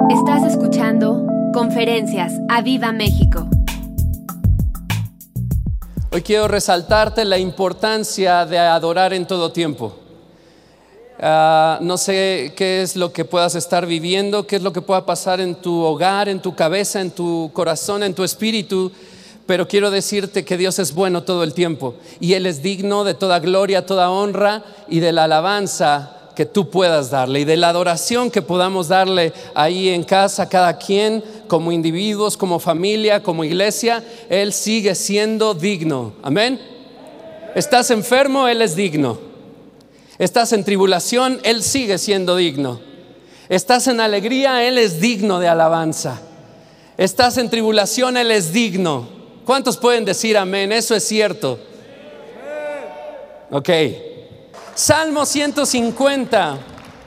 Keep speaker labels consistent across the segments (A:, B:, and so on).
A: Estás escuchando Conferencias a Viva México.
B: Hoy quiero resaltarte la importancia de adorar en todo tiempo. No sé qué es lo que puedas estar viviendo, qué es lo que pueda pasar en tu hogar, en tu cabeza, en tu corazón, en tu espíritu, pero quiero decirte que Dios es bueno todo el tiempo y Él es digno de toda gloria, toda honra y de la alabanza que tú puedas darle y de la adoración que podamos darle ahí en casa, cada quien, como individuos, como familia, como iglesia. Él sigue siendo digno. Amén. Estás enfermo, Él es digno. Estás en tribulación, Él sigue siendo digno. Estás en alegría, Él es digno de alabanza. Estás en tribulación, Él es digno. ¿Cuántos pueden decir amén? Eso es cierto. Ok. Salmo 150.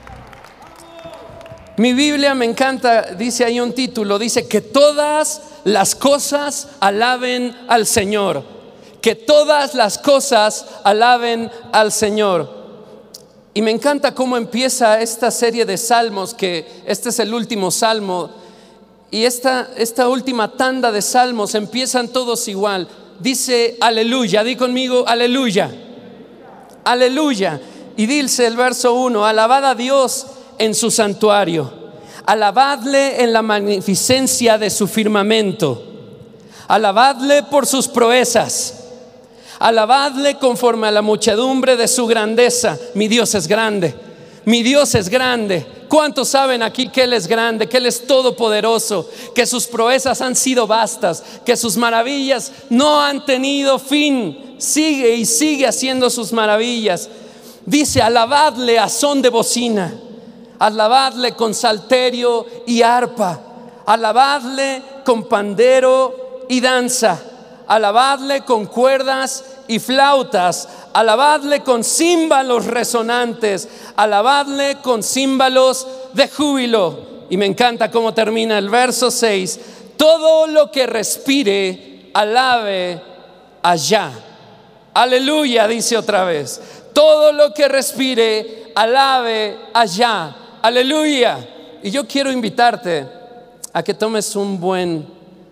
B: Mi Biblia me encanta, dice ahí un título, dice que todas las cosas alaben al Señor. Que todas las cosas alaben al Señor. Y me encanta cómo empieza esta serie de salmos, que este es el último salmo. Y esta última tanda de salmos empiezan todos igual. Dice aleluya, di conmigo aleluya. Aleluya. Y dice el verso 1: alabad a Dios en su santuario, alabadle en la magnificencia de su firmamento, alabadle por sus proezas, alabadle conforme a la muchedumbre de su grandeza. Mi Dios es grande, mi Dios es grande. ¿Cuántos saben aquí que Él es grande, que Él es todopoderoso, que sus proezas han sido vastas, que sus maravillas no han tenido fin? Sigue y sigue haciendo sus maravillas. Dice alabadle a son de bocina, alabadle con salterio y arpa, alabadle con pandero y danza, alabadle con cuerdas y flautas, alabadle con címbalos resonantes, alabadle con címbalos de júbilo. Y me encanta cómo termina el verso 6: todo lo que respire, alabe allá. Aleluya, dice otra vez. Todo lo que respire, alabe allá. Aleluya. Y yo quiero invitarte a que tomes un buen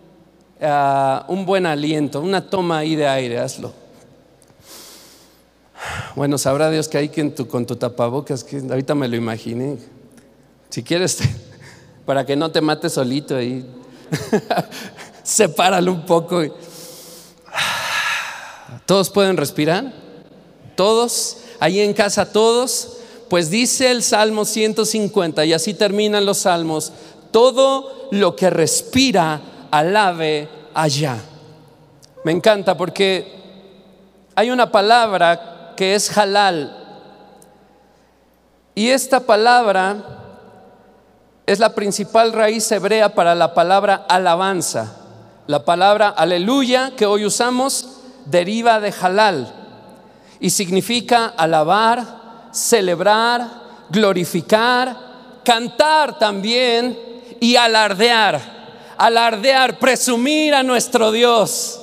B: aliento, una toma ahí de aire. Hazlo. Bueno, sabrá Dios que hay que con tu tapabocas, que ahorita me lo imaginé. Si quieres, para que no te mates solito ahí, sepáralo un poco. ¿Todos pueden respirar? ¿Todos? Ahí en casa todos. Pues dice el Salmo 150, y así terminan los salmos: todo lo que respira, alabe allá. Me encanta porque hay una palabra que es halal, y esta palabra es la principal raíz hebrea para la palabra alabanza. La palabra aleluya que hoy usamos deriva de halal y significa alabar, celebrar, glorificar, cantar también y alardear. Alardear, presumir a nuestro Dios.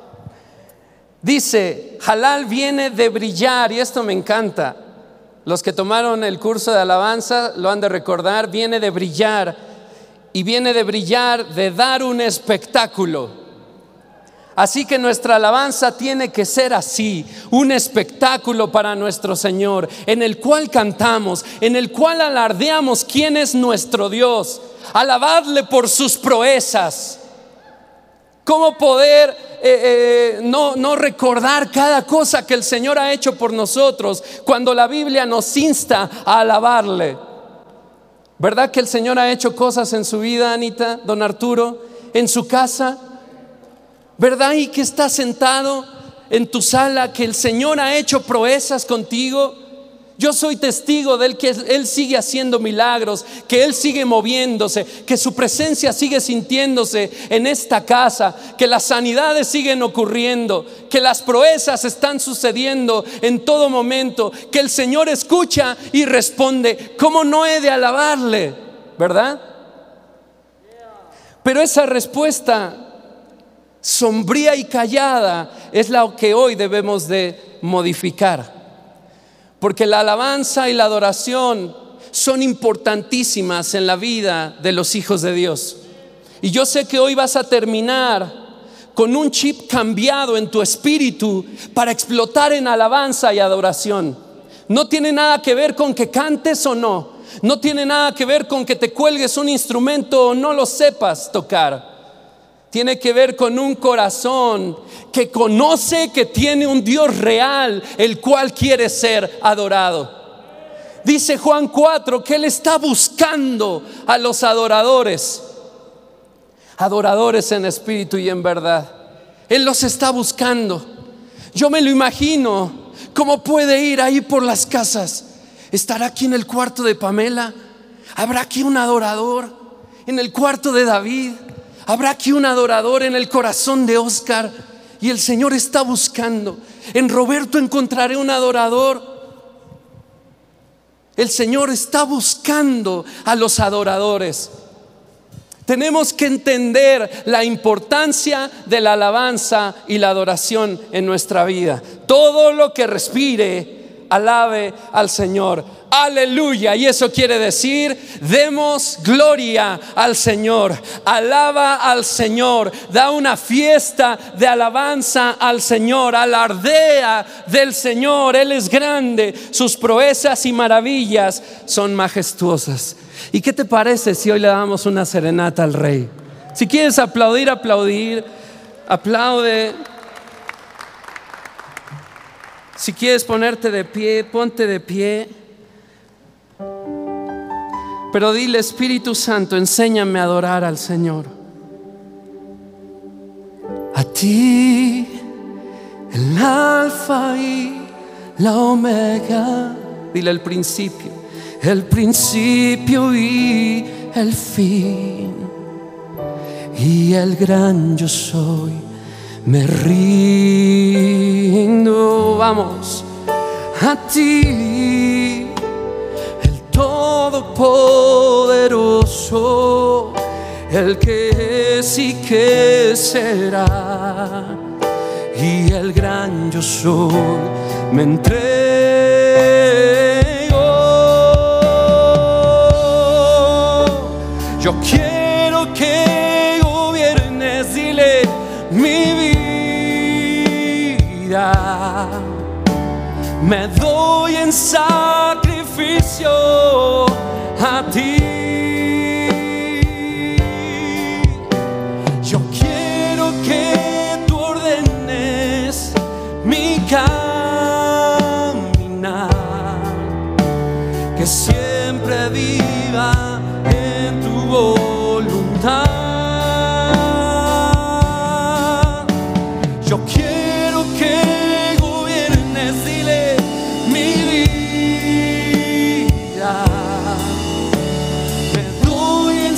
B: Dice, halal viene de brillar, y esto me encanta. Los que tomaron el curso de alabanza lo han de recordar. Viene de brillar, y viene de brillar, de dar un espectáculo. Así que nuestra alabanza tiene que ser así, un espectáculo para nuestro Señor, en el cual cantamos, en el cual alardeamos quién es nuestro Dios. Alabadle por sus proezas. ¿Cómo poder no recordar cada cosa que el Señor ha hecho por nosotros cuando la Biblia nos insta a alabarle? ¿Verdad que el Señor ha hecho cosas en su vida, Anita, don Arturo, en su casa? ¿Verdad? Y que estás sentado en tu sala, que el Señor ha hecho proezas contigo. Yo soy testigo de que Él sigue haciendo milagros, que Él sigue moviéndose, que su presencia sigue sintiéndose en esta casa, que las sanidades siguen ocurriendo, que las proezas están sucediendo en todo momento, que el Señor escucha y responde. ¿Cómo no he de alabarle? ¿Verdad? Pero esa respuesta sombría y callada es la que hoy debemos de modificar, porque la alabanza y la adoración son importantísimas en la vida de los hijos de Dios. Y yo sé que hoy vas a terminar con un chip cambiado en tu espíritu para explotar en alabanza y adoración. No tiene nada que ver con que cantes o no. No tiene nada que ver con que te cuelgues un instrumento o no lo sepas tocar. Tiene que ver con un corazón que conoce que tiene un Dios real, el cual quiere ser adorado. Dice Juan 4 que Él está buscando a los adoradores. Adoradores en espíritu y en verdad. Él los está buscando. Yo me lo imagino. ¿Cómo puede ir ahí por las casas? ¿Estará aquí en el cuarto de Pamela? ¿Habrá aquí un adorador en el cuarto de David? ¿Habrá aquí un adorador en el corazón de Oscar? Y el Señor está buscando. En Roberto encontraré un adorador. El Señor está buscando a los adoradores. Tenemos que entender la importancia de la alabanza y la adoración en nuestra vida. Todo lo que respire, alabe al Señor. Aleluya. Y eso quiere decir, demos gloria al Señor. Alaba al Señor. Da una fiesta de alabanza al Señor. Alardea del Señor. Él es grande. Sus proezas y maravillas son majestuosas. ¿Y qué te parece si hoy le damos una serenata al Rey? Si quieres aplaudir, aplaude. Si quieres ponerte de pie, ponte de pie. Pero dile: Espíritu Santo, enséñame a adorar al Señor. A ti, el alfa y la omega. Dile: el principio y el fin, y el gran yo soy. Me rindo. Vamos. A ti, el todopoderoso, el que es y que será, y el gran yo soy. Me entrego. Yo quiero que gobiernes, dile, mi vida. Me doy en sacrificio a ti. Yo quiero que tú ordenes mi caminar, que siempre viva en tu voluntad. Yo quiero que gobiernes, dile, mi vida. Me doy en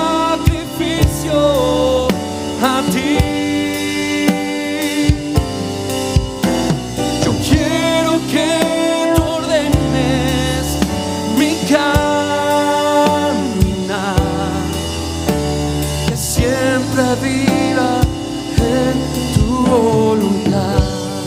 B: sacrificio a ti. Yo quiero que tú ordenes mi caminar, que siempre viva en tu voluntad.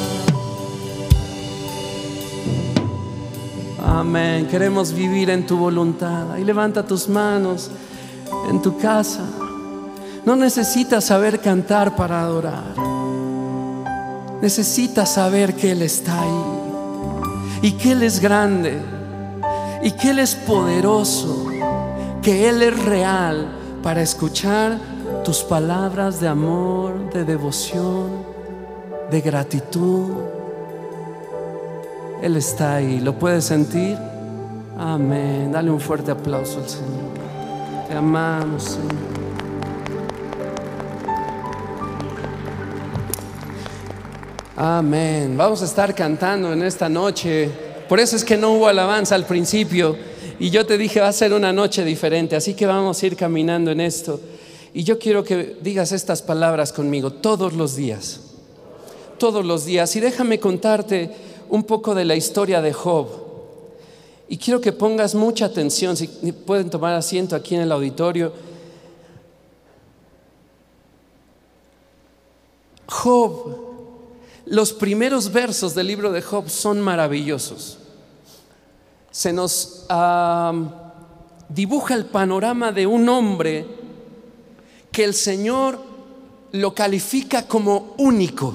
B: Amén. Queremos vivir en tu voluntad. Ahí levanta tus manos en tu casa. No necesitas saber cantar para adorar. Necesitas saber que Él está ahí, y que Él es grande, y que Él es poderoso, que Él es real para escuchar tus palabras de amor, de devoción, de gratitud. Él está ahí. ¿Lo puedes sentir? Amén. Dale un fuerte aplauso al Señor. Te amamos, Señor. Amén. Vamos a estar cantando en esta noche. Por eso es que no hubo alabanza al principio, y yo te dije, va a ser una noche diferente. Así que vamos a ir caminando en esto. Y yo quiero que digas estas palabras conmigo todos los días. Todos los días. Y déjame contarte un poco de la historia de Job. Y quiero que pongas mucha atención. Si pueden tomar asiento aquí en el auditorio. Job, los primeros versos del libro de Job son maravillosos. se nos dibuja el panorama de un hombre que el Señor lo califica como único.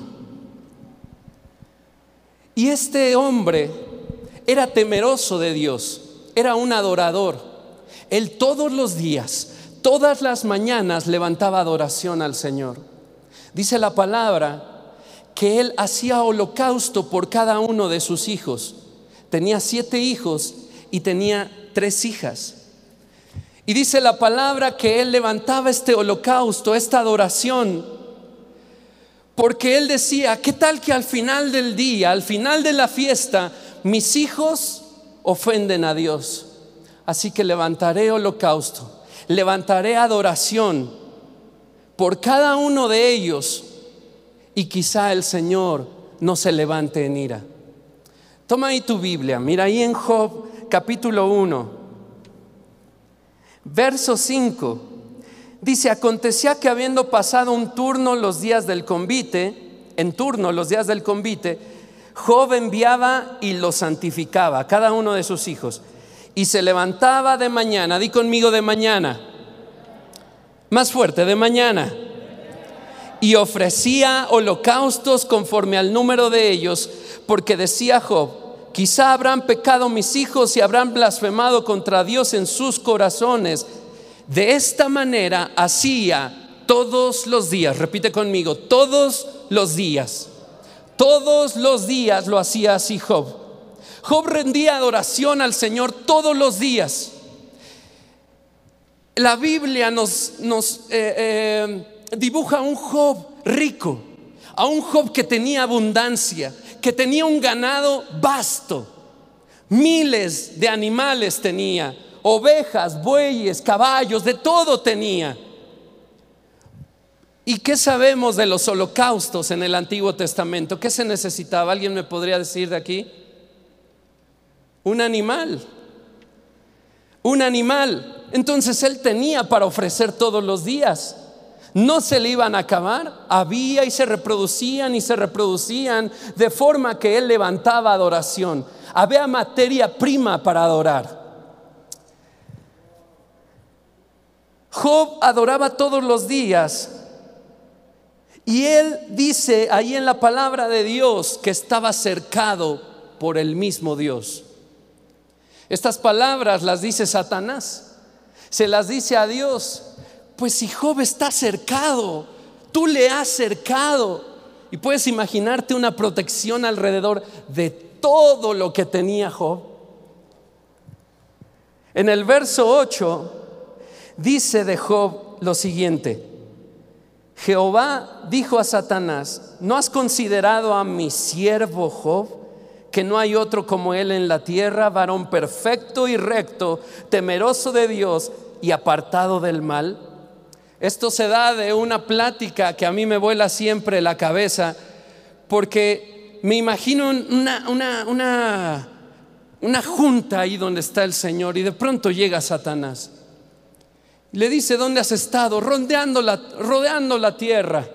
B: Y este hombre era temeroso de Dios, era un adorador. Él todos los días, todas las mañanas levantaba adoración al Señor. Dice la palabra que él hacía holocausto por cada uno de sus hijos. Tenía 7 hijos y tenía 3 hijas. Y dice la palabra que él levantaba este holocausto, esta adoración, porque él decía: ¿qué tal que al final del día, al final de la fiesta, mis hijos ofenden a Dios? Así que levantaré holocausto, levantaré adoración por cada uno de ellos, y quizá el Señor no se levante en ira. Toma ahí tu Biblia, mira ahí en Job capítulo 1, verso 5. Dice: acontecía que habiendo pasado en turno los días del convite, Job enviaba y los santificaba a cada uno de sus hijos, y se levantaba de mañana. Di conmigo: de mañana. Más fuerte: de mañana. Y ofrecía holocaustos conforme al número de ellos, porque decía Job: quizá habrán pecado mis hijos y habrán blasfemado contra Dios en sus corazones. De esta manera hacía todos los días. Repite conmigo: todos los días. Todos los días lo hacía así Job. Job rendía adoración al Señor todos los días. La Biblia nos dibuja a un Job rico, a un Job que tenía abundancia, que tenía un ganado vasto. Miles de animales tenía, ovejas, bueyes, caballos, de todo tenía. ¿Y qué sabemos de los holocaustos en el Antiguo Testamento? ¿Qué se necesitaba? ¿Alguien me podría decir de aquí? Un animal. Un animal. Entonces él tenía para ofrecer todos los días. No se le iban a acabar. Había y se reproducían de forma que él levantaba adoración. Había materia prima para adorar. Job adoraba todos los días. Y él dice ahí en la palabra de Dios que estaba cercado por el mismo Dios. Estas palabras las dice Satanás, se las dice a Dios. Pues si Job está cercado, tú le has cercado. Y puedes imaginarte una protección alrededor de todo lo que tenía Job. En el verso 8 dice de Job lo siguiente: Jehová dijo a Satanás: ¿no has considerado a mi siervo Job, que no hay otro como él en la tierra, varón perfecto y recto, temeroso de Dios y apartado del mal? Esto se da de una plática que a mí me vuela siempre la cabeza, porque me imagino una junta ahí donde está el Señor, y de pronto llega Satanás. Le dice: ¿dónde has estado? Rondando la tierra.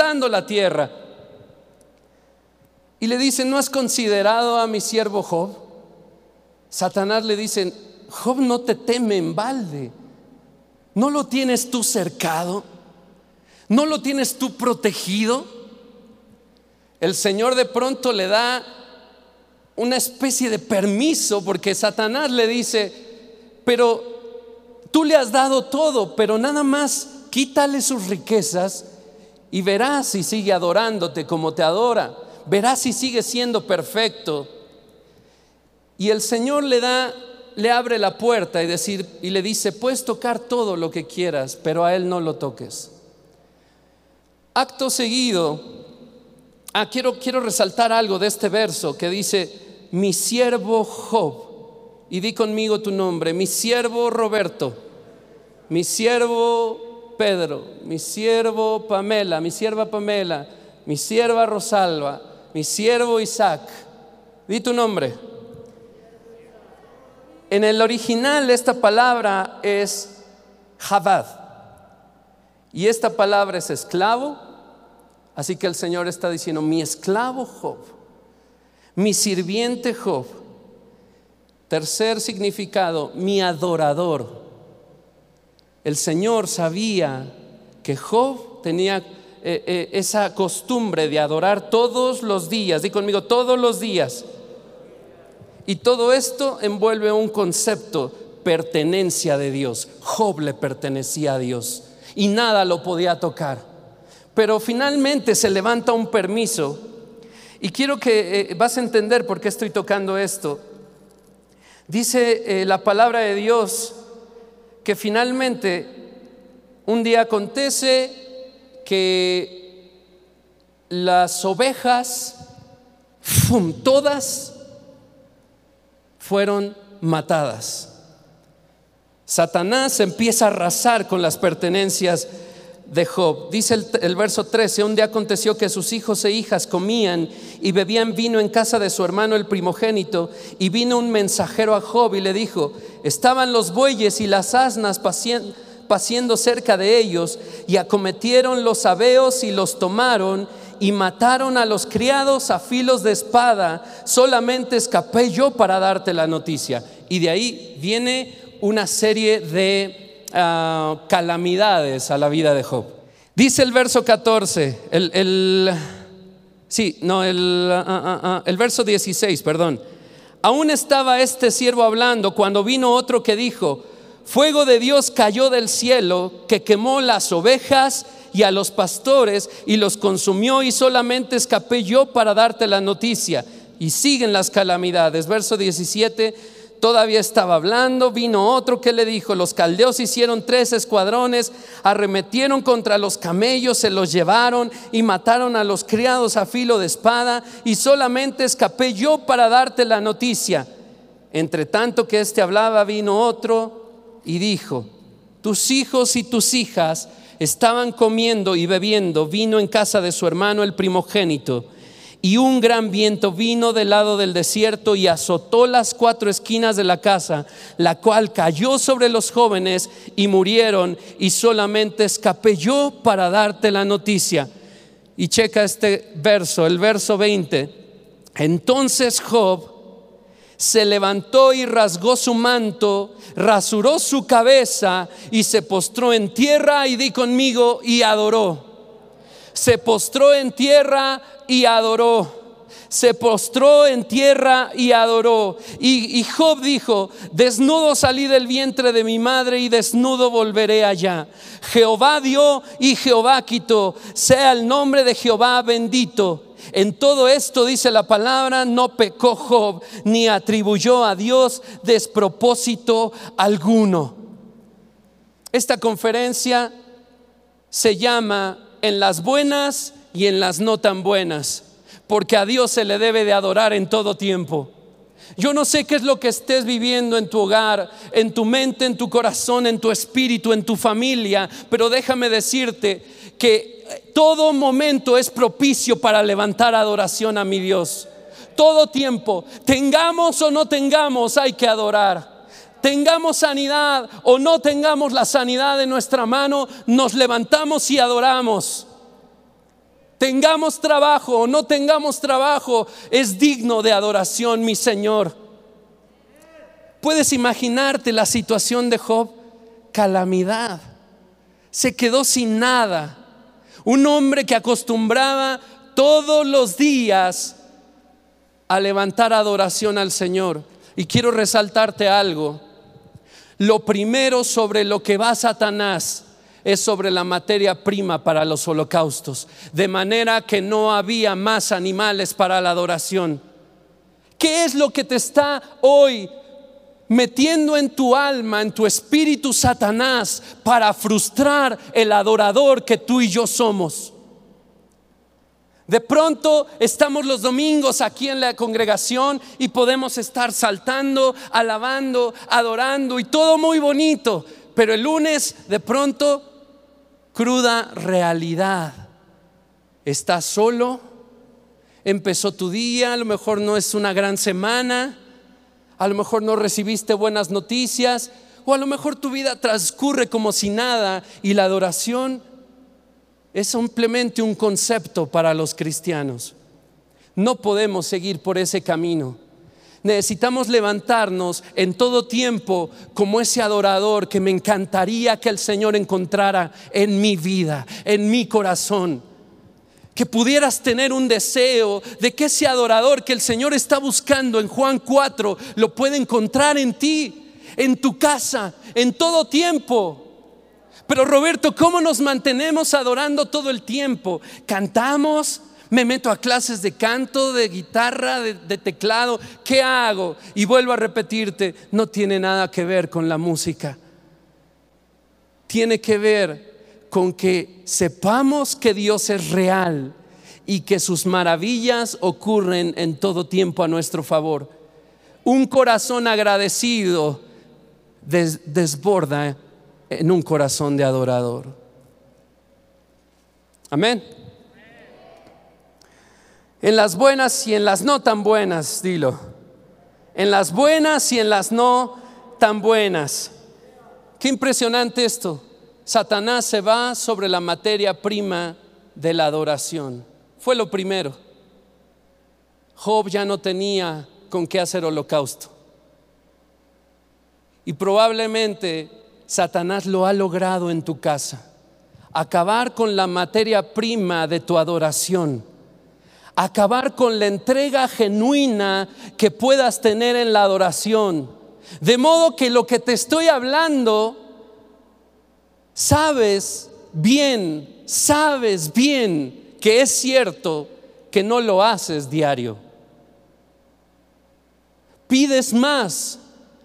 B: Y le dice: ¿no has considerado a mi siervo Job? Satanás le dice: Job no te teme en balde. ¿No lo tienes tú cercado? ¿No lo tienes tú protegido? El Señor de pronto le da una especie de permiso, porque Satanás le dice: pero tú le has dado todo, pero nada más quítale sus riquezas y verás si sigue adorándote como te adora. Verás si sigue siendo perfecto. Y el Señor le abre la puerta y le dice: puedes tocar todo lo que quieras, pero a él no lo toques. Acto seguido, quiero resaltar algo de este verso que dice: mi siervo Job. Y di conmigo tu nombre: mi siervo Roberto, mi siervo Pedro, mi siervo Pamela, mi sierva Pamela, mi sierva Rosalba, mi siervo Isaac. Di tu nombre. En el original esta palabra es Jabad, y esta palabra es esclavo. Así que el Señor está diciendo: mi esclavo Job, mi sirviente Job, Tercer significado, mi adorador. El Señor sabía que Job tenía esa costumbre de adorar todos los días. Di conmigo, todos los días. Y todo esto envuelve un concepto, pertenencia de Dios. Job le pertenecía a Dios y nada lo podía tocar. Pero finalmente se levanta un permiso, y quiero que vas a entender por qué estoy tocando esto. Dice la palabra de Dios que finalmente un día acontece que las ovejas, todas fueron matadas. Satanás empieza a arrasar con las pertenencias de Job. Dice el verso 13: un día aconteció que sus hijos e hijas comían y bebían vino en casa de su hermano el primogénito, y vino un mensajero a Job y le dijo: estaban los bueyes y las asnas paciendo cerca de ellos, y acometieron los sabeos y los tomaron y mataron a los criados a filos de espada. Solamente escapé yo para darte la noticia. Y de ahí viene una serie de calamidades a la vida de Job. Dice el verso 14, el verso 16, perdón. Aún estaba este siervo hablando cuando vino otro que dijo: fuego de Dios cayó del cielo, que quemó las ovejas y a los pastores y los consumió, y solamente escapé yo para darte la noticia. Y siguen las calamidades. Verso 17: todavía estaba hablando, vino otro que le dijo: los caldeos hicieron 3 escuadrones, arremetieron contra los camellos, se los llevaron y mataron a los criados a filo de espada, y solamente escapé yo para darte la noticia. Entre tanto que éste hablaba, vino otro y dijo: tus hijos y tus hijas estaban comiendo y bebiendo vino en casa de su hermano el primogénito, y un gran viento vino del lado del desierto y azotó las 4 esquinas de la casa, la cual cayó sobre los jóvenes y murieron, y solamente escapé yo para darte la noticia. Y checa este verso, el verso 20. Entonces Job se levantó y rasgó su manto, rasuró su cabeza y se postró en tierra, y di conmigo, y adoró. Se postró en tierra y adoró. Se postró en tierra y adoró. Y Job dijo: desnudo salí del vientre de mi madre y desnudo volveré allá. Jehová dio y Jehová quitó, sea el nombre de Jehová bendito. En todo esto, dice la palabra, no pecó Job ni atribuyó a Dios despropósito alguno. Esta conferencia se llama En las buenas y en las no tan buenas, porque a Dios se le debe de adorar en todo tiempo. Yo no sé qué es lo que estés viviendo en tu hogar, en tu mente, en tu corazón, en tu espíritu, en tu familia, pero déjame decirte que todo momento es propicio para levantar adoración a mi Dios. Todo tiempo, tengamos o no tengamos, hay que adorar. Tengamos sanidad o no tengamos la sanidad en nuestra mano, nos levantamos y adoramos. Tengamos trabajo o no tengamos trabajo, es digno de adoración, mi Señor. ¿Puedes imaginarte la situación de Job? Calamidad. Se quedó sin nada. Un hombre que acostumbraba todos los días a levantar adoración al Señor. Y quiero resaltarte algo. Lo primero sobre lo que va Satanás es sobre la materia prima para los holocaustos, de manera que no había más animales para la adoración. ¿Qué es lo que te está hoy metiendo en tu alma, en tu espíritu, Satanás, para frustrar el adorador que tú y yo somos? De pronto estamos los domingos aquí en la congregación y podemos estar saltando, alabando, adorando y todo muy bonito, pero el lunes de pronto, cruda realidad. Estás solo, empezó tu día, a lo mejor no es una gran semana, a lo mejor no recibiste buenas noticias, o a lo mejor tu vida transcurre como si nada, y la adoración es simplemente un concepto para los cristianos. No podemos seguir por ese camino. Necesitamos levantarnos en todo tiempo como ese adorador que me encantaría que el Señor encontrara en mi vida, en mi corazón. Que pudieras tener un deseo de que ese adorador que el Señor está buscando en Juan 4 lo pueda encontrar en ti, en tu casa, en todo tiempo. Pero Roberto, ¿cómo nos mantenemos adorando todo el tiempo? ¿Cantamos? ¿Me meto a clases de canto, de guitarra, de teclado? ¿Qué hago? Y vuelvo a repetirte, no tiene nada que ver con la música. Tiene que ver con que sepamos que Dios es real y que sus maravillas ocurren en todo tiempo a nuestro favor. Un corazón agradecido desborda en un corazón de adorador. Amén. En las buenas y en las no tan buenas, dilo. En las buenas y en las no tan buenas. Qué impresionante esto. Satanás se va sobre la materia prima de la adoración. Fue lo primero. Job ya no tenía con qué hacer holocausto. Y probablemente Satanás lo ha logrado en tu casa. Acabar con la materia prima de tu adoración. Acabar con la entrega genuina que puedas tener en la adoración. De modo que lo que te estoy hablando, sabes bien que es cierto que no lo haces diario. Pides más.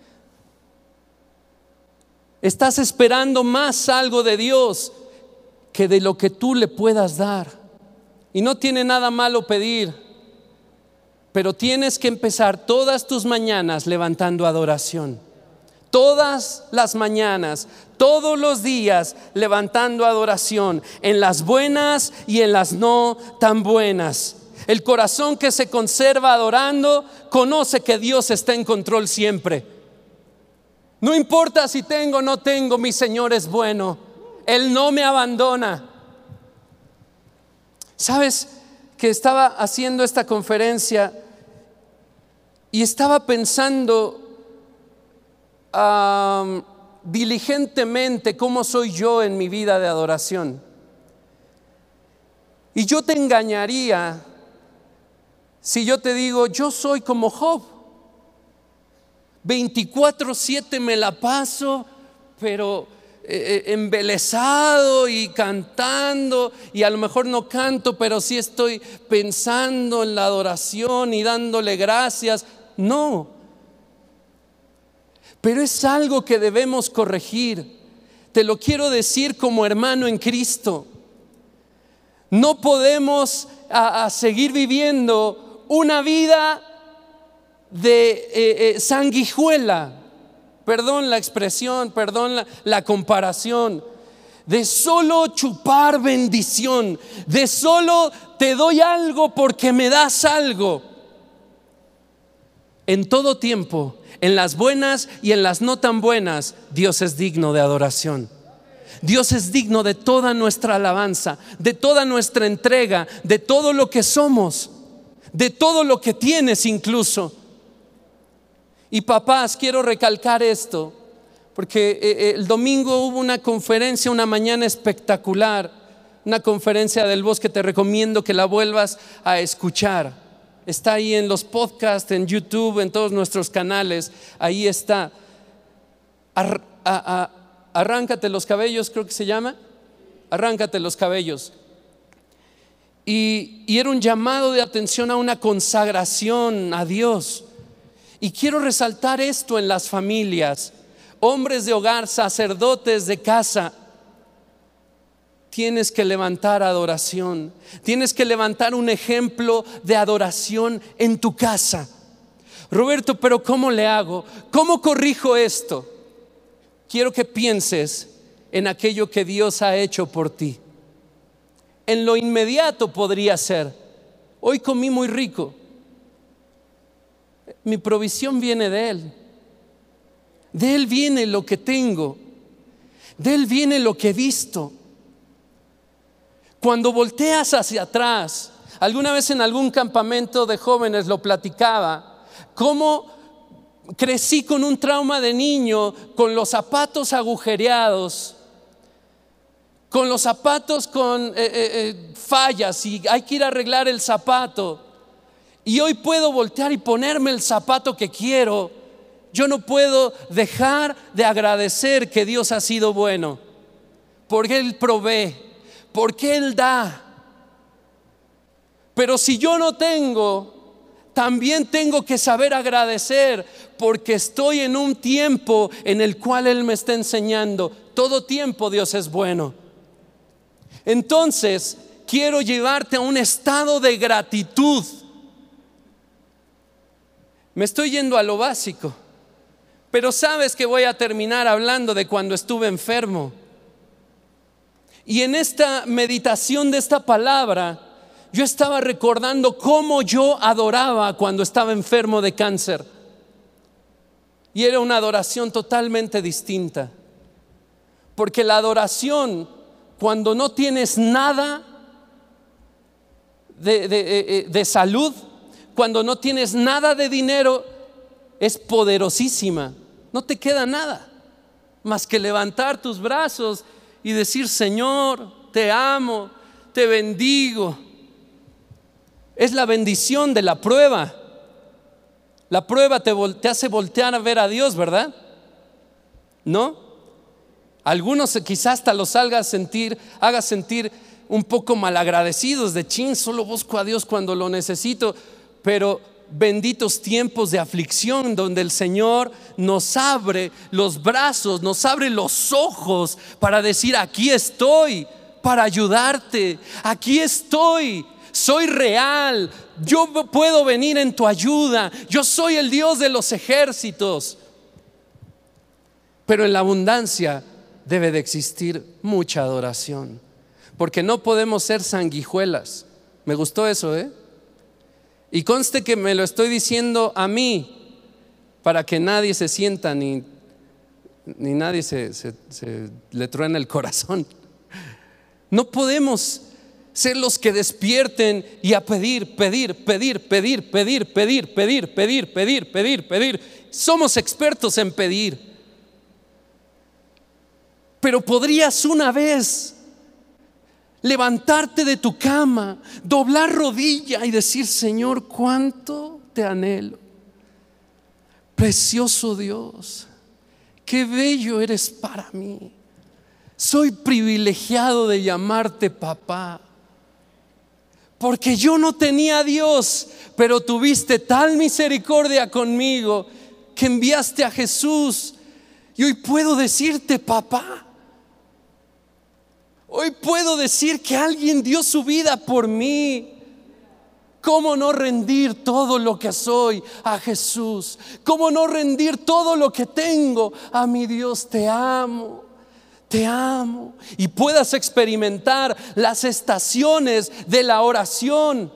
B: Estás esperando más algo de Dios que de lo que tú le puedas dar. Y no tiene nada malo pedir, pero tienes que empezar todas tus mañanas levantando adoración. Todas las mañanas, todos los días levantando adoración, en las buenas y en las no tan buenas. El corazón que se conserva adorando conoce que Dios está en control siempre. No importa si tengo o no tengo, mi Señor es bueno. Él no me abandona. ¿Sabes que estaba haciendo esta conferencia y estaba pensando diligentemente cómo soy yo en mi vida de adoración? Y yo te engañaría si yo te digo, yo soy como Job. 24/7 me la paso, pero embelesado y cantando, y a lo mejor no canto, pero sí estoy pensando en la adoración y dándole gracias. No, pero es algo que debemos corregir. Te lo quiero decir como hermano en Cristo. No podemos seguir viviendo una vida de sanguijuela. Perdón la expresión, perdón la comparación, de solo chupar bendición, de solo te doy algo porque me das algo. En todo tiempo, en las buenas y en las no tan buenas, Dios es digno de adoración. Dios es digno de toda nuestra alabanza, de toda nuestra entrega, de todo lo que somos, de todo lo que tienes incluso. Y papás, quiero recalcar esto, porque el domingo hubo una conferencia, una mañana espectacular, una conferencia del Bosque, te recomiendo que la vuelvas a escuchar. Está ahí en los podcasts, en YouTube, en todos nuestros canales, ahí está. Arráncate los cabellos, creo que se llama. Arráncate los cabellos. Y era un llamado de atención a una consagración a Dios. Y quiero resaltar esto en las familias, hombres de hogar, sacerdotes de casa. Tienes que levantar adoración, tienes que levantar un ejemplo de adoración en tu casa. Roberto, pero ¿cómo le hago? ¿Cómo corrijo esto? Quiero que pienses en aquello que Dios ha hecho por ti. En lo inmediato podría ser, hoy comí muy rico. Mi provisión viene de Él. De Él viene lo que tengo. De Él viene lo que he visto. Cuando volteas hacia atrás, alguna vez en algún campamento de jóvenes lo platicaba, cómo crecí con un trauma de niño, con los zapatos agujereados, con los zapatos con fallas y hay que ir a arreglar el zapato. Y hoy puedo voltear y ponerme el zapato que quiero. Yo no puedo dejar de agradecer que Dios ha sido bueno, porque Él provee, porque Él da. Pero si yo no tengo, también tengo que saber agradecer, porque estoy en un tiempo en el cual Él me está enseñando. Todo tiempo Dios es bueno. Entonces, quiero llevarte a un estado de gratitud. Me estoy yendo a lo básico, pero sabes que voy a terminar hablando de cuando estuve enfermo. Y en esta meditación de esta palabra, yo estaba recordando cómo yo adoraba cuando estaba enfermo de cáncer. Y era una adoración totalmente distinta. Porque la adoración, cuando no tienes nada de salud, cuando no tienes nada de dinero, es poderosísima. No te queda nada más que levantar tus brazos y decir: Señor, te amo, te bendigo. Es la bendición de la prueba. La prueba te hace voltear a ver a Dios, ¿verdad? ¿No? Algunos quizás hasta los haga sentir un poco malagradecidos, de chin, solo busco a Dios cuando lo necesito. Pero benditos tiempos de aflicción donde el Señor nos abre los brazos, nos abre los ojos para decir: aquí estoy para ayudarte, aquí estoy, soy real, yo puedo venir en tu ayuda, yo soy el Dios de los ejércitos. Pero en la abundancia debe de existir mucha adoración, porque no podemos ser sanguijuelas. Me gustó eso, y conste que me lo estoy diciendo a mí, para que nadie se sienta ni nadie se le truene el corazón. No podemos ser los que despierten y a pedir. Somos expertos en pedir. Pero podrías una vez levantarte de tu cama, doblar rodilla y decir: Señor, cuánto te anhelo. Precioso Dios, qué bello eres para mí. Soy privilegiado de llamarte papá, porque yo no tenía a Dios, pero tuviste tal misericordia conmigo que enviaste a Jesús. Y hoy puedo decirte papá. Hoy puedo decir que alguien dio su vida por mí. ¿Cómo no rendir todo lo que soy a Jesús? ¿Cómo no rendir todo lo que tengo a mi Dios? Te amo, te amo. Y puedas experimentar las estaciones de la oración.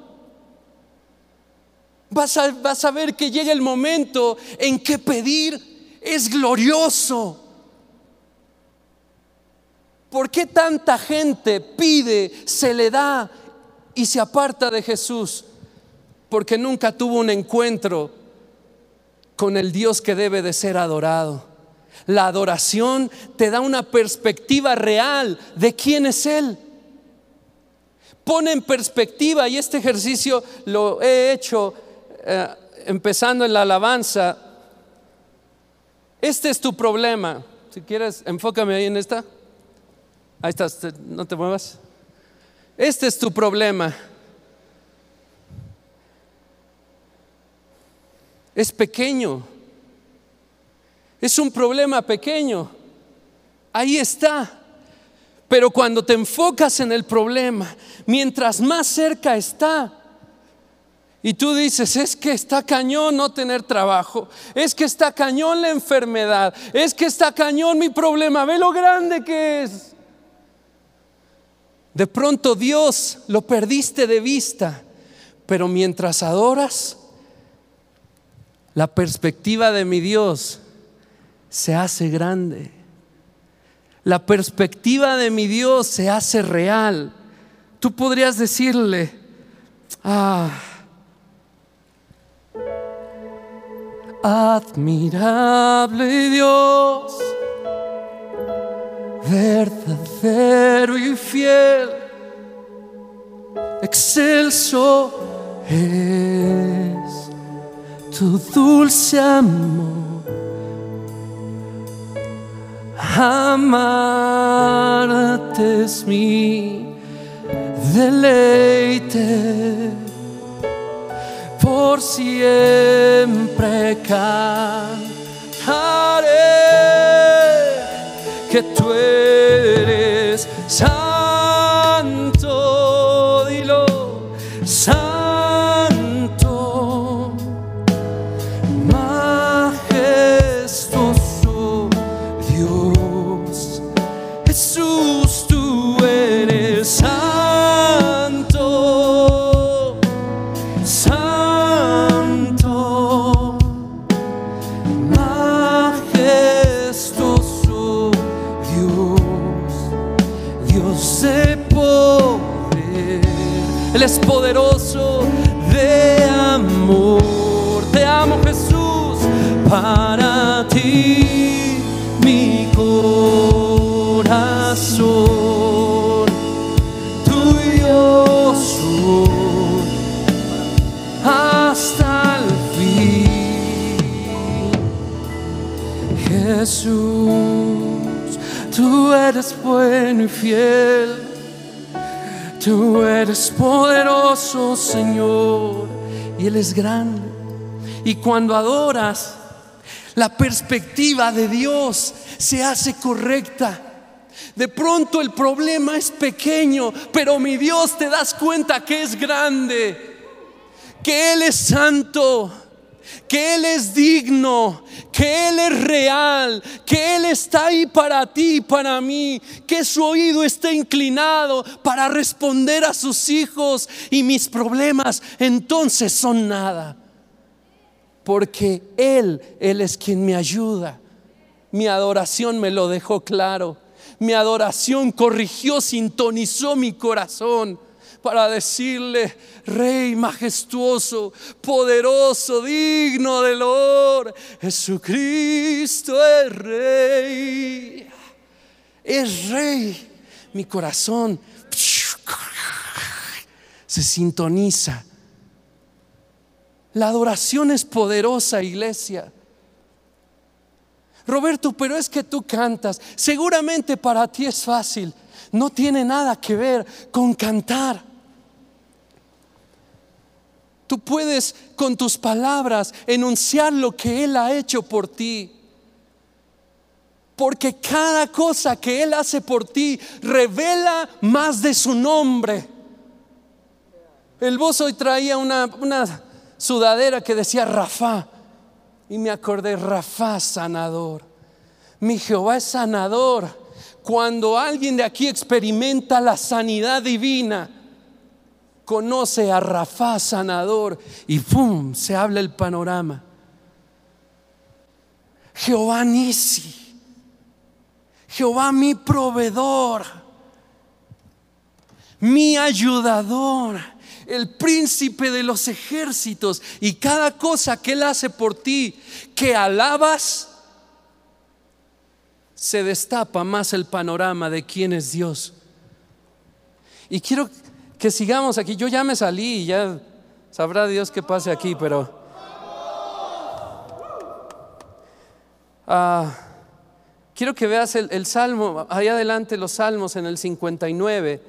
B: Vas a ver que llega el momento en que pedir es glorioso. ¿Por qué tanta gente pide, se le da y se aparta de Jesús? Porque nunca tuvo un encuentro con el Dios que debe de ser adorado. La adoración te da una perspectiva real de quién es Él. Pone en perspectiva, y este ejercicio lo he hecho empezando en la alabanza. Este es tu problema. Si quieres, enfócame ahí en esta. Ahí estás, no te muevas. Este es tu problema. Es pequeño. Es un problema pequeño. Ahí está. Pero cuando te enfocas en el problema, mientras más cerca está, y tú dices: es que está cañón no tener trabajo, es que está cañón la enfermedad, es que está cañón mi problema, ve lo grande que es. De pronto Dios lo perdiste de vista, pero mientras adoras, la perspectiva de mi Dios se hace grande. La perspectiva de mi Dios se hace real. Tú podrías decirle: Admirable Dios, verdadero y fiel, excelso es tu dulce amor. Amarte es mi deleite, por siempre cantaré que tú eres santo, dilo, santo, majestuoso Dios. Jesús, tú eres santo, santo, majestuoso Dios, Dios de poder. Él es poderoso de amor. Te amo, Jesús, para ti mi corazón tuyo soy hasta el fin. Jesús, tú eres bueno y fiel, tú eres poderoso, Señor, y Él es grande. Y cuando adoras, la perspectiva de Dios se hace correcta. De pronto el problema es pequeño, pero mi Dios, te das cuenta que es grande, que Él es santo, que Él es digno, que Él es real, que Él está ahí para ti y para mí, que su oído está inclinado para responder a sus hijos, y mis problemas entonces son nada, porque Él es quien me ayuda. Mi adoración me lo dejó claro. Mi adoración corrigió, sintonizó mi corazón para decirle: Rey majestuoso, poderoso, digno de loor, Jesucristo es Rey. Es Rey. Mi corazón se sintoniza. La adoración es poderosa, iglesia. Roberto, pero es que tú cantas. Seguramente para ti es fácil. No tiene nada que ver con cantar. Tú puedes con tus palabras enunciar lo que Él ha hecho por ti, porque cada cosa que Él hace por ti revela más de su nombre. El Bozo hoy traía una sudadera que decía Rafa, y me acordé: Rafa sanador. Mi Jehová es sanador. Cuando alguien de aquí experimenta la sanidad divina, conoce a Rafa sanador y ¡pum!, se habla el panorama. Jehová Nisi, Jehová mi proveedor, mi ayudador, el príncipe de los ejércitos. Y cada cosa que Él hace por ti, que alabas, se destapa más el panorama de quién es Dios. Y quiero que sigamos aquí. Yo ya me salí y ya sabrá Dios qué pase aquí, pero quiero que veas el salmo, ahí adelante los salmos en el 59.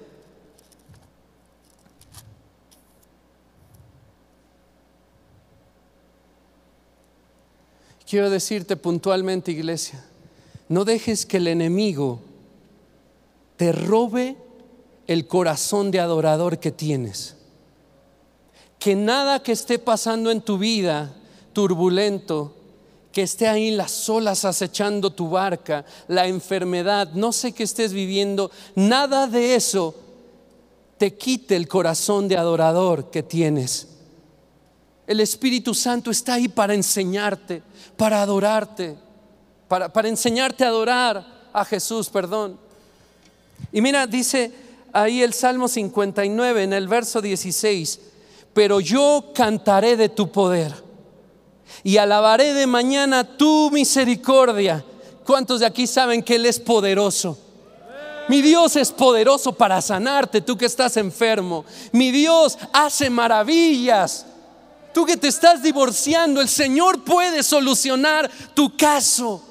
B: Quiero decirte puntualmente, iglesia, no dejes que el enemigo te robe el corazón de adorador que tienes. Que nada que esté pasando en tu vida turbulento, que esté ahí las olas acechando tu barca, la enfermedad, no sé qué estés viviendo, nada de eso te quite el corazón de adorador que tienes. El Espíritu Santo está ahí para enseñarte, para adorarte, para enseñarte a adorar a Jesús, perdón. Y mira, dice ahí el Salmo 59 en el verso 16: pero yo cantaré de tu poder y alabaré de mañana tu misericordia. ¿Cuántos de aquí saben que Él es poderoso? Mi Dios es poderoso para sanarte, tú que estás enfermo. Mi Dios hace maravillas. Tú que te estás divorciando, el Señor puede solucionar tu caso.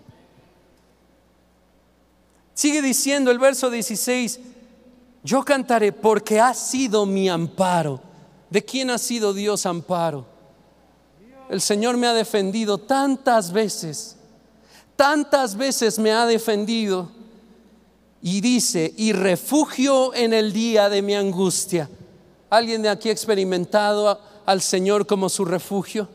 B: Sigue diciendo el verso 16: yo cantaré porque has sido mi amparo. ¿De quién ha sido Dios amparo? El Señor me ha defendido tantas veces me ha defendido. Y dice: y refugio en el día de mi angustia. ¿Alguien de aquí ha experimentado al Señor como su refugio?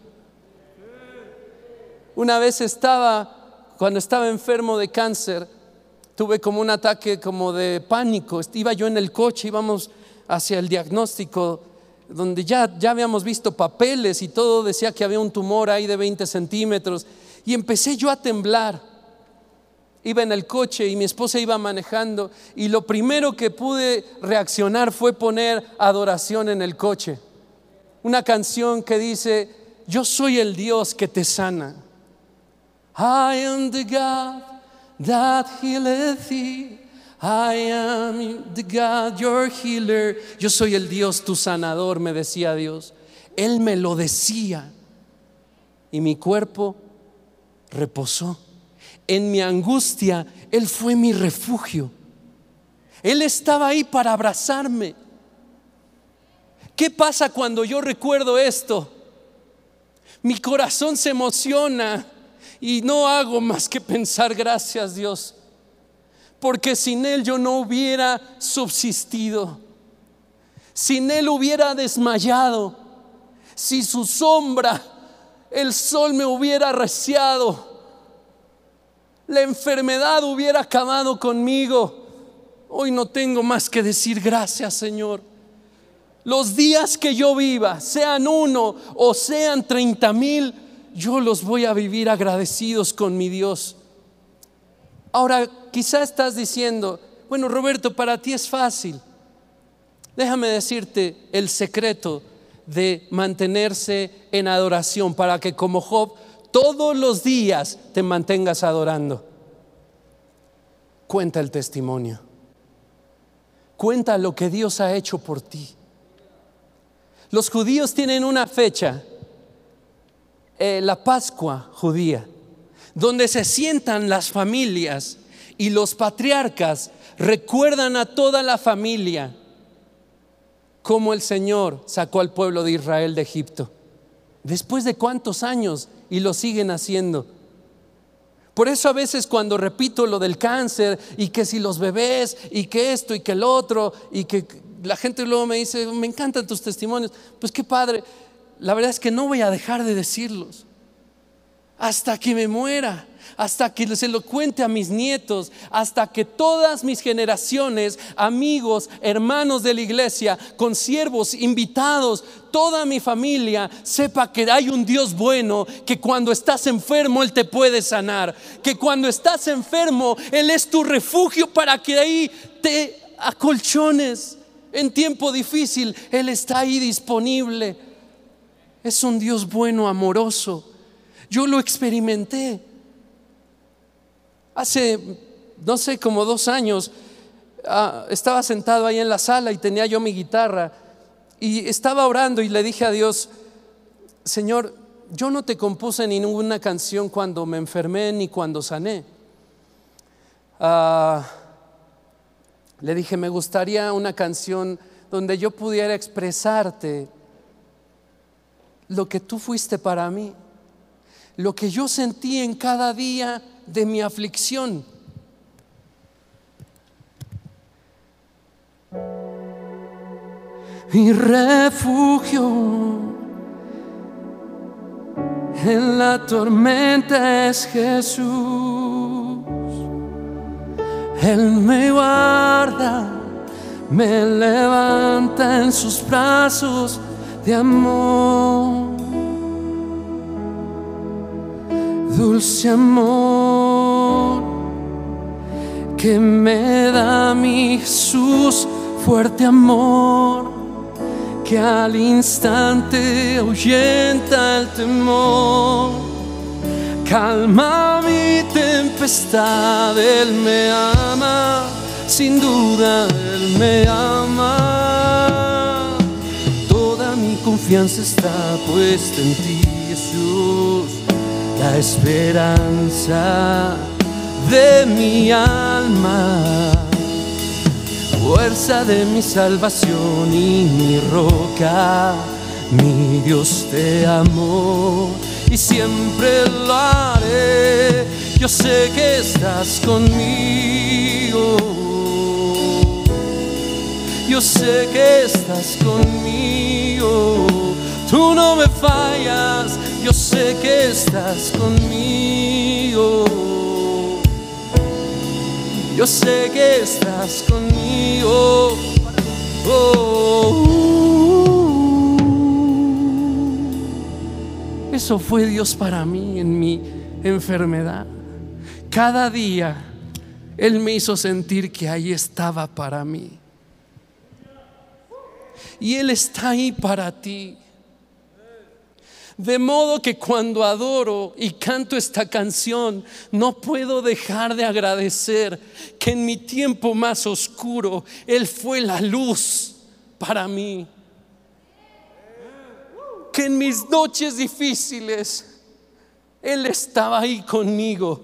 B: Una vez cuando estaba enfermo de cáncer, tuve como un ataque como de pánico. Iba yo en el coche, íbamos hacia el diagnóstico, donde ya habíamos visto papeles y todo decía que había un tumor ahí de 20 centímetros. Y empecé yo a temblar. Iba en el coche y mi esposa iba manejando, y lo primero que pude reaccionar fue poner adoración en el coche. Una canción que dice: yo soy el Dios que te sana. I am the God that healeth thee. I am the God your healer. Yo soy el Dios tu sanador, me decía Dios. Él me lo decía y mi cuerpo reposó. En mi angustia Él fue mi refugio. Él estaba ahí para abrazarme. ¿Qué pasa cuando yo recuerdo esto? Mi corazón se emociona y no hago más que pensar: gracias Dios, porque sin Él yo no hubiera subsistido, sin Él hubiera desmayado, si su sombra, el sol me hubiera arreciado, la enfermedad hubiera acabado conmigo. Hoy no tengo más que decir: gracias Señor. Los días que yo viva, sean 1 o sean 30,000, yo los voy a vivir agradecidos con mi Dios. Ahora quizá estás diciendo: bueno, Roberto, para ti es fácil. Déjame decirte el secreto de mantenerse en adoración, para que como Job todos los días te mantengas adorando. Cuenta el testimonio. Cuenta lo que Dios ha hecho por ti. Los judíos tienen una fecha, la Pascua judía, donde se sientan las familias y los patriarcas recuerdan a toda la familia cómo el Señor sacó al pueblo de Israel de Egipto. ¿Después de cuántos años? Y lo siguen haciendo. Por eso a veces cuando repito lo del cáncer, y que si los bebés, y que esto y que el otro, y que la gente luego me dice: me encantan tus testimonios. Pues qué padre. La verdad es que no voy a dejar de decirlos hasta que me muera, hasta que se lo cuente a mis nietos, hasta que todas mis generaciones, amigos, hermanos de la iglesia, consiervos, invitados, toda mi familia sepa que hay un Dios bueno, que cuando estás enfermo Él te puede sanar, que cuando estás enfermo Él es tu refugio para que ahí te acolchones. En tiempo difícil Él está ahí disponible. Es un Dios bueno, amoroso. Yo lo experimenté. Hace, no sé, como 2 años, estaba sentado ahí en la sala y tenía yo mi guitarra y estaba orando y le dije a Dios: Señor, yo no te compuse ninguna canción cuando me enfermé ni cuando sané. Le dije: me gustaría una canción donde yo pudiera expresarte lo que tú fuiste para mí, lo que yo sentí en cada día de mi aflicción. Mi refugio en la tormenta es Jesús. Él me guarda, me levanta en sus brazos de amor. Dulce amor que me da mi Jesús, fuerte amor que al instante ahuyenta el temor. Calma mi tempestad, Él me ama, sin duda Él me ama. Toda mi confianza está puesta en ti, Jesús, la esperanza de mi alma, fuerza de mi salvación y mi roca. Mi Dios, te amo y siempre lo haré. Yo sé que estás conmigo, yo sé que estás conmigo. Tú no me fallas, yo sé que estás conmigo. Yo sé que estás conmigo. Eso fue Dios para mí en mi enfermedad. Cada día Él me hizo sentir que ahí estaba para mí. Y Él está ahí para ti. De modo que cuando adoro y canto esta canción, no puedo dejar de agradecer que en mi tiempo más oscuro Él fue la luz para mí. Que en mis noches difíciles Él estaba ahí conmigo.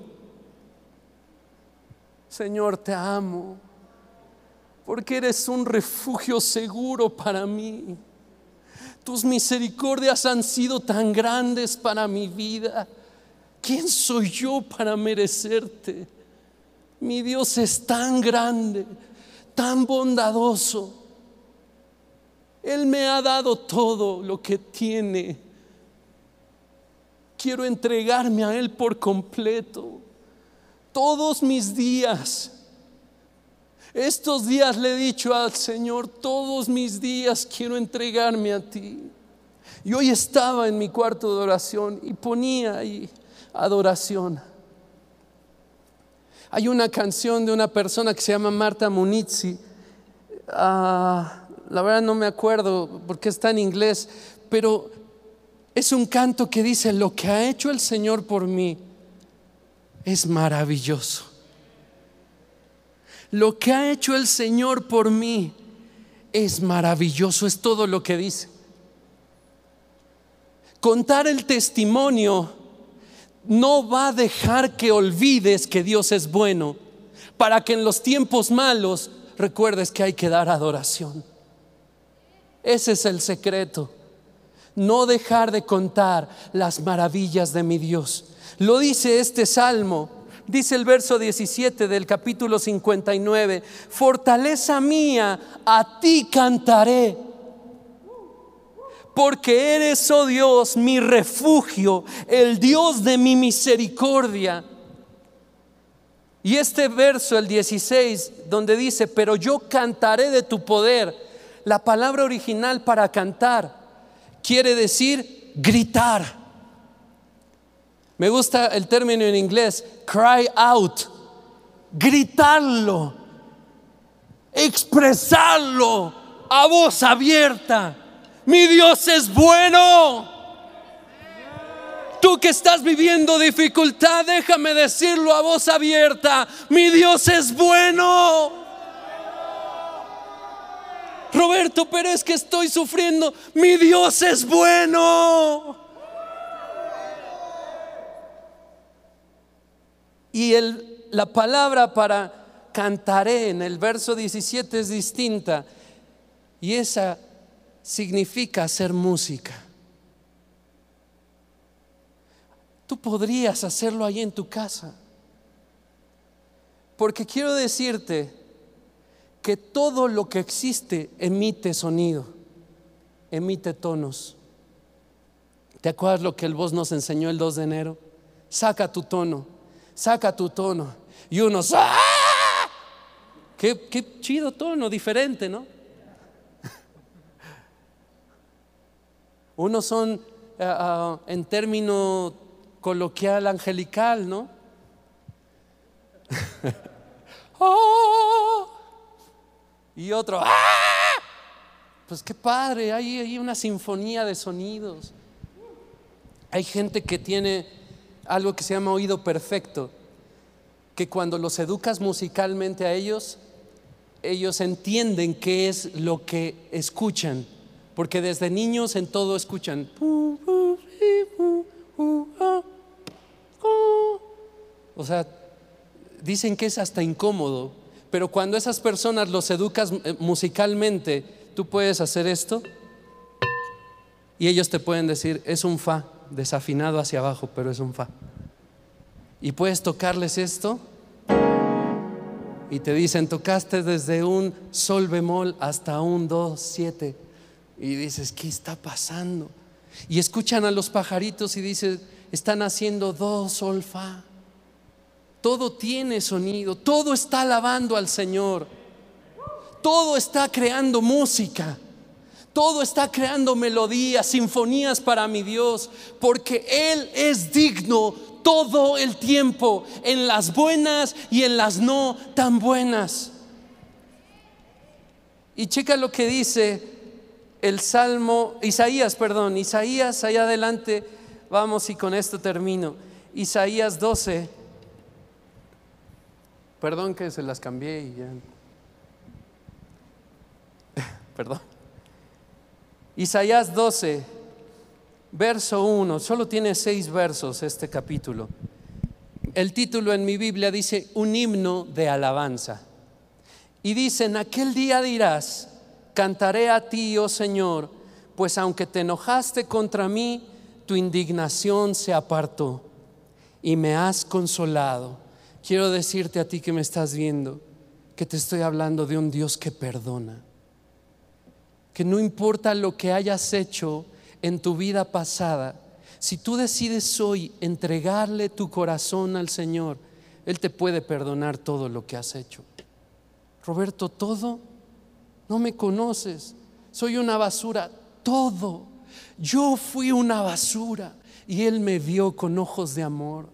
B: Señor, te amo, porque eres un refugio seguro para mí. Tus misericordias han sido tan grandes para mi vida. ¿Quién soy yo para merecerte? Mi Dios es tan grande, tan bondadoso. Él me ha dado todo lo que tiene. Quiero entregarme a Él por completo. Todos mis días. Estos días le he dicho al Señor, todos mis días quiero entregarme a ti. Y hoy estaba en mi cuarto de oración y ponía ahí adoración. Hay una canción de una persona que se llama Marta Munizzi. La verdad no me acuerdo porque está en inglés, pero es un canto que dice: lo que ha hecho el Señor por mí es maravilloso. Lo que ha hecho el Señor por mí es maravilloso, es todo lo que dice. Contar el testimonio no va a dejar que olvides que Dios es bueno, para que en los tiempos malos recuerdes que hay que dar adoración. Ese es el secreto, no dejar de contar las maravillas de mi Dios. Lo dice este salmo. Dice el verso 17 del capítulo 59: fortaleza mía, a ti cantaré, porque eres, oh Dios, mi refugio, el Dios de mi misericordia. Y este verso, el 16, donde dice: pero yo cantaré de tu poder. La palabra original para cantar quiere decir gritar. Me gusta el término en inglés, cry out, gritarlo, expresarlo a voz abierta. Mi Dios es bueno. Tú que estás viviendo dificultad, déjame decirlo a voz abierta: mi Dios es bueno. Roberto, pero es que estoy sufriendo. Mi Dios es bueno. Y la palabra para cantaré en el verso 17 es distinta, y esa significa hacer música. Tú podrías hacerlo ahí en tu casa, porque quiero decirte que todo lo que existe emite sonido, emite tonos. ¿Te acuerdas lo que el voz nos enseñó el 2 de enero? Saca tu tono. Saca tu tono. Y unos ¡ah! Qué chido tono, diferente, ¿no? Unos son en término coloquial angelical, ¿no? Oh. Y otro ¡ah! Pues qué padre, hay una sinfonía de sonidos. Hay gente que tiene algo que se llama oído perfecto, que cuando los educas musicalmente a ellos entienden qué es lo que escuchan, porque desde niños en todo escuchan. O sea, dicen que es hasta incómodo, pero cuando esas personas los educas musicalmente, tú puedes hacer esto y ellos te pueden decir, es un fa, desafinado hacia abajo, pero es un fa. Y puedes tocarles esto y te dicen, tocaste desde un sol bemol hasta un do 7, y dices, ¿qué está pasando? Y escuchan a los pajaritos y dicen, están haciendo do, sol, fa. Todo tiene sonido, todo está alabando al Señor, todo está creando música, todo está creando melodías, sinfonías para mi Dios, porque Él es digno todo el tiempo, en las buenas y en las no tan buenas. Y checa lo que dice el Salmo, Isaías, allá adelante, vamos, y con esto termino. Isaías 12, perdón que se las cambié y ya. Perdón. Isaías 12, verso 1, solo tiene 6 versos este capítulo. El título en mi Biblia dice, un himno de alabanza. Y dice, en aquel día dirás, cantaré a ti, oh Señor, pues aunque te enojaste contra mí, tu indignación se apartó y me has consolado. Quiero decirte a ti que me estás viendo, que te estoy hablando de un Dios que perdona, que no importa lo que hayas hecho en tu vida pasada, si tú decides hoy entregarle tu corazón al Señor, Él te puede perdonar todo lo que has hecho. Roberto, ¿todo? No me conoces, soy una basura. Todo, yo fui una basura y Él me vio con ojos de amor.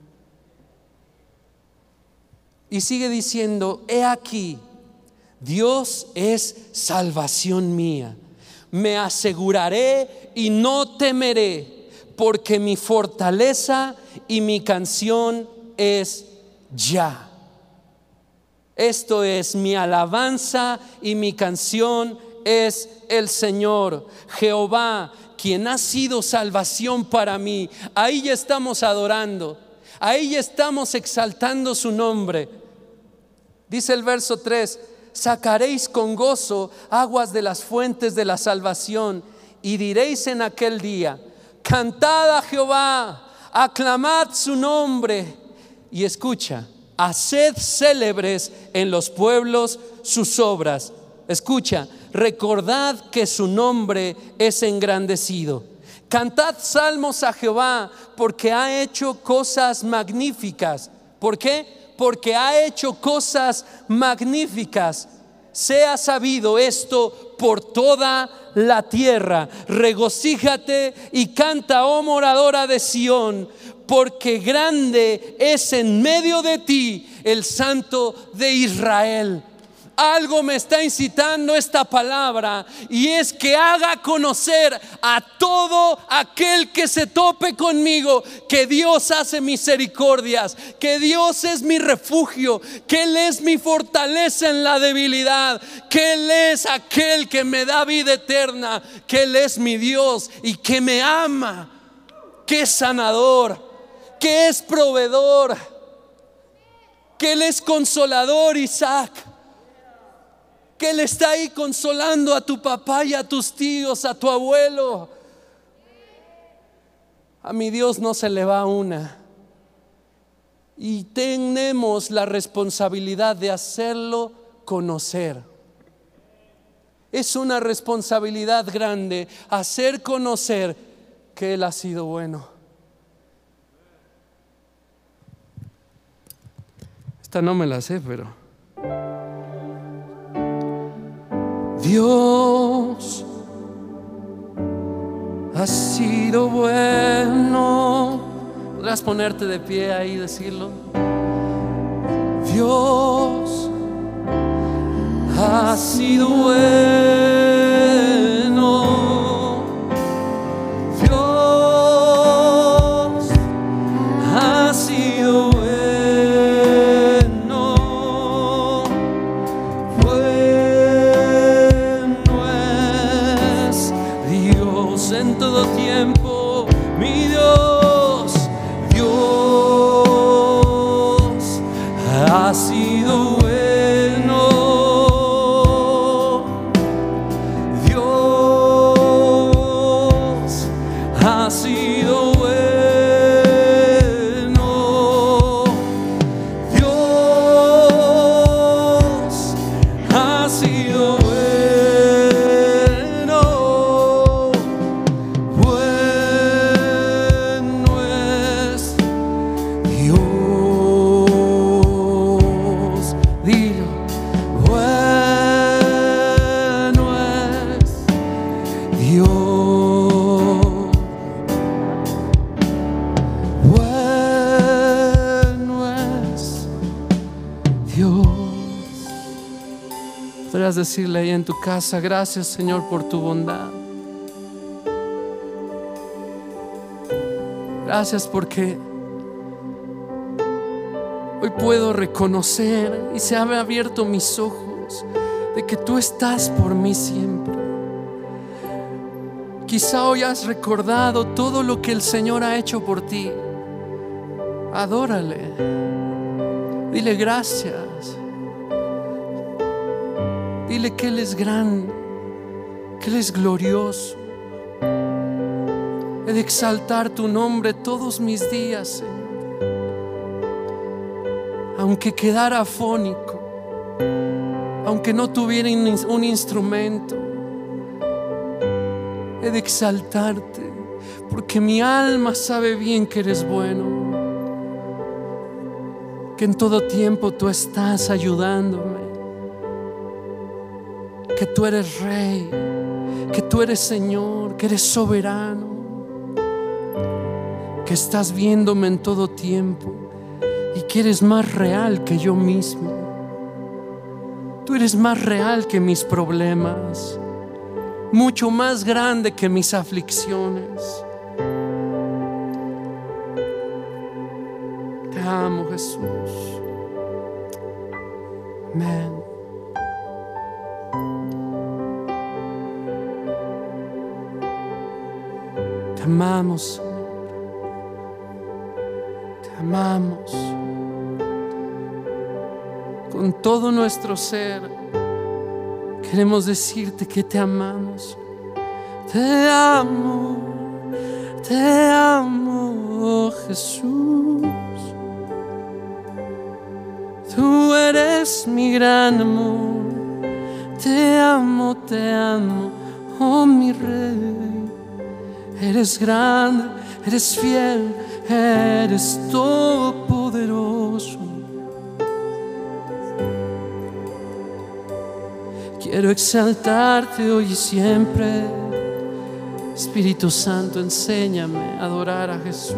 B: Y sigue diciendo, he aquí, Dios es salvación mía, me aseguraré y no temeré, porque mi fortaleza y mi canción es Jah. Esto es, mi alabanza y mi canción es el Señor, Jehová, quien ha sido salvación para mí. Ahí ya estamos adorando, ahí ya estamos exaltando su nombre. Dice el verso 3, sacaréis con gozo aguas de las fuentes de la salvación y diréis en aquel día, cantad a Jehová, aclamad su nombre. Y escucha, haced célebres en los pueblos sus obras. Escucha, recordad que su nombre es engrandecido. Cantad salmos a Jehová, porque ha hecho cosas magníficas. ¿Por qué? Porque ha hecho cosas magníficas. Sea sabido esto por toda la tierra. Regocíjate y canta, oh moradora de Sión, porque grande es en medio de ti el Santo de Israel. Algo me está incitando esta palabra, y es que haga conocer a todo aquel que se tope conmigo que Dios hace misericordias, que Dios es mi refugio, que Él es mi fortaleza en la debilidad, que Él es aquel que me da vida eterna, que Él es mi Dios y que me ama, que es sanador, que es proveedor, que Él es consolador, Isaac, que Él está ahí consolando a tu papá y a tus tíos, a tu abuelo. A mi Dios no se le va una, y tenemos la responsabilidad de hacerlo conocer. Es una responsabilidad grande hacer conocer que Él ha sido bueno. Esta no me la sé, pero Dios ha sido bueno. ¿Podrás ponerte de pie ahí y decirlo? Dios ha sido bueno. Quieras decirle ahí en tu casa: gracias, Señor, por tu bondad. Gracias porque hoy puedo reconocer y se han abierto mis ojos de que tú estás por mí siempre. Quizá hoy has recordado todo lo que el Señor ha hecho por ti. Adórale, dile gracias, dile que Él es grande, que Él es glorioso. He de exaltar tu nombre todos mis días, Señor. Aunque quedara afónico, aunque no tuviera un instrumento, he de exaltarte, porque mi alma sabe bien que eres bueno, que en todo tiempo tú estás ayudándome, que tú eres Rey, que tú eres Señor, que eres soberano, que estás viéndome en todo tiempo y que eres más real que yo mismo. Tú eres más real que mis problemas, mucho más grande que mis aflicciones. Te amo, Jesús. Amén. Te amamos, Señor. Te amamos. Con todo nuestro ser queremos decirte que te amamos. Te amo, Jesús. Tú eres mi gran amor. Te amo, oh mi Rey. Eres grande, eres fiel, eres todopoderoso. Quiero exaltarte hoy y siempre. Espíritu Santo, enséñame a adorar a Jesús.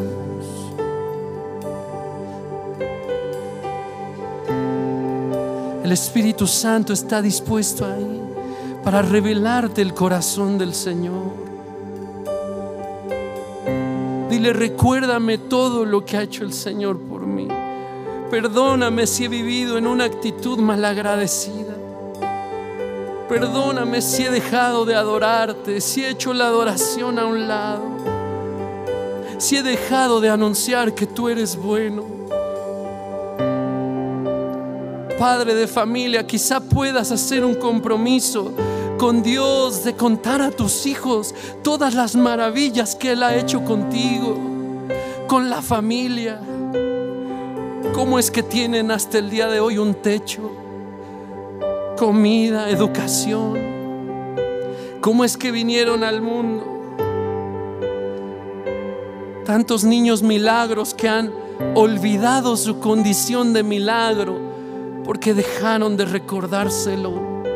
B: El Espíritu Santo está dispuesto ahí para revelarte el corazón del Señor. Dile: recuérdame todo lo que ha hecho el Señor por mí. Perdóname si he vivido en una actitud malagradecida. Perdóname si he dejado de adorarte, si he hecho la adoración a un lado, si he dejado de anunciar que tú eres bueno. Padre de familia, quizá puedas hacer un compromiso con Dios de contar a tus hijos todas las maravillas que Él ha hecho contigo, con la familia. ¿Cómo es que tienen hasta el día de hoy un techo, comida, educación? ¿Cómo es que vinieron al mundo? Tantos niños milagros que han olvidado su condición de milagro porque dejaron de recordárselo.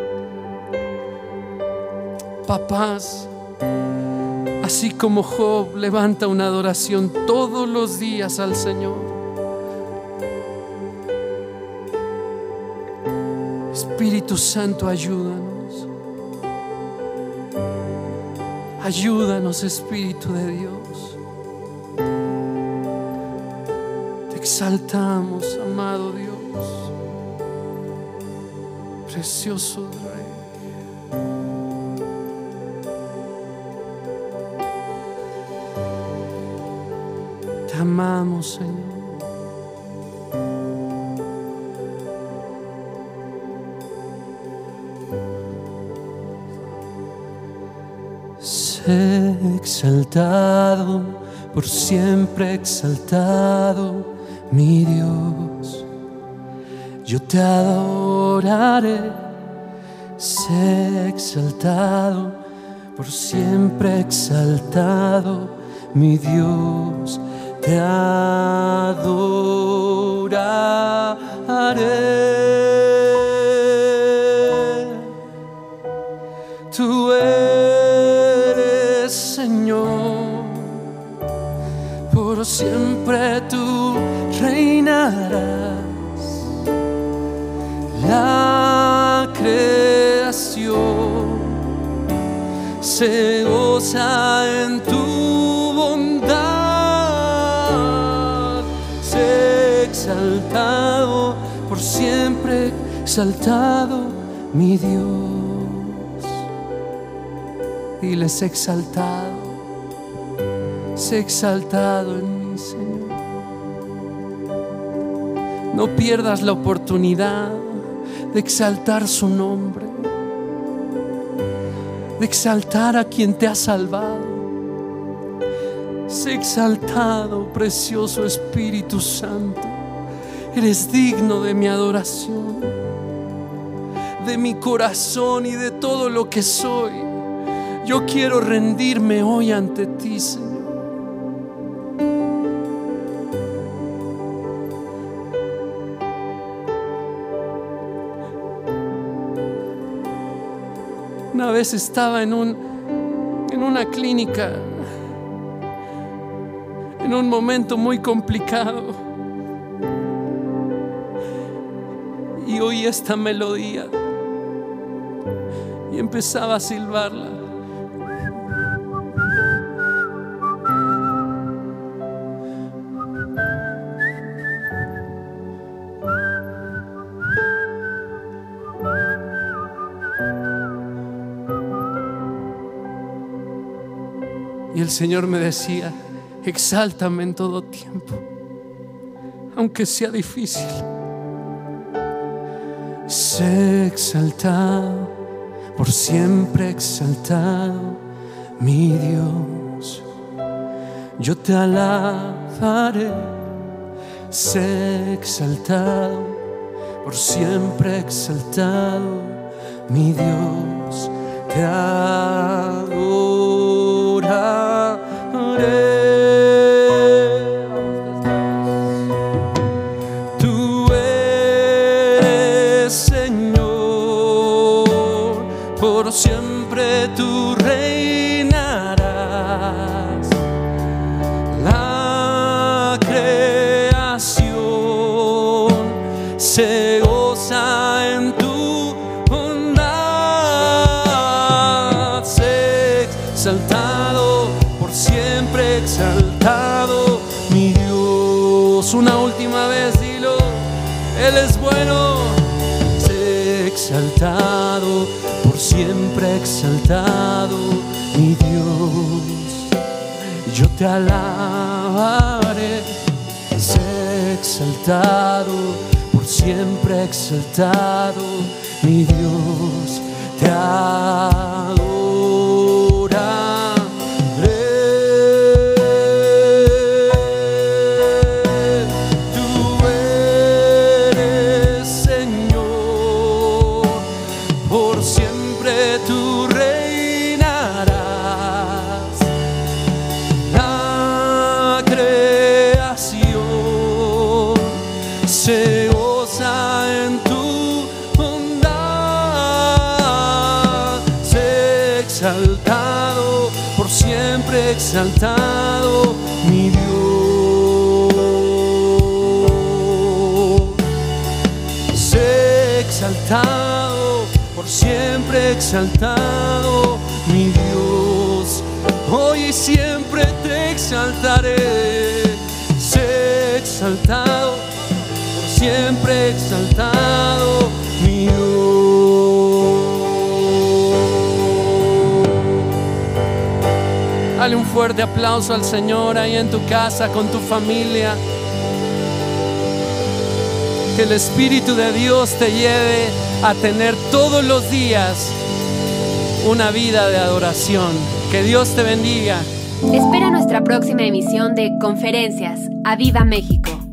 B: Papás, así como Job, levanta una adoración todos los días al Señor. Espíritu Santo, ayúdanos. Ayúdanos, Espíritu de Dios. Te exaltamos, amado Dios, precioso Rey. Te amamos, Señor. Sé exaltado, por siempre exaltado, mi Dios. Yo te adoraré. Sé exaltado, por siempre exaltado, mi Dios. Te adoraré. Tú eres Señor, por siempre tú reinarás. La creación se goza en tu bondad. Sé exaltado, por siempre exaltado, mi Dios. Dile: sé exaltado en mí, Señor. No pierdas la oportunidad de exaltar su nombre, de exaltar a quien te ha salvado. Sé exaltado, precioso Espíritu Santo. Eres digno de mi adoración, de mi corazón y de todo lo que soy. Yo quiero rendirme hoy ante ti, Señor. Una vez estaba en una clínica, en un momento muy complicado, y oí esta melodía y empezaba a silbarla. Y el Señor me decía: exáltame en todo tiempo, aunque sea difícil. Sé exaltado, por siempre exaltado, mi Dios. Yo te alabaré. Sé exaltado, por siempre exaltado, mi Dios. Te adoraré. Tú eres Señor, por siempre tú reinarás. La creación se goza en tu bondad. Sé exaltado, por siempre exaltado, mi Dios. Una última vez dilo: Él es bueno. Sé exaltado, por siempre exaltado, mi Dios. Yo te alabaré. Sé exaltado, por siempre exaltado, mi Dios. Te adoraré. Tú eres Señor, por siempre tú reinarás. La creación se goza en tu bondad. Sé exaltado, por siempre exaltado, mi Dios. Sé exaltado, por siempre exaltado, mi Dios. Hoy y siempre te exaltaré. Sé exaltado, por siempre exaltado, mi Dios. Dale un fuerte aplauso al Señor ahí en tu casa, con tu familia. Que el Espíritu de Dios te lleve a tener todos los días una vida de adoración. Que Dios te bendiga.
A: Espera nuestra próxima emisión de Conferencias. ¡A Viva México!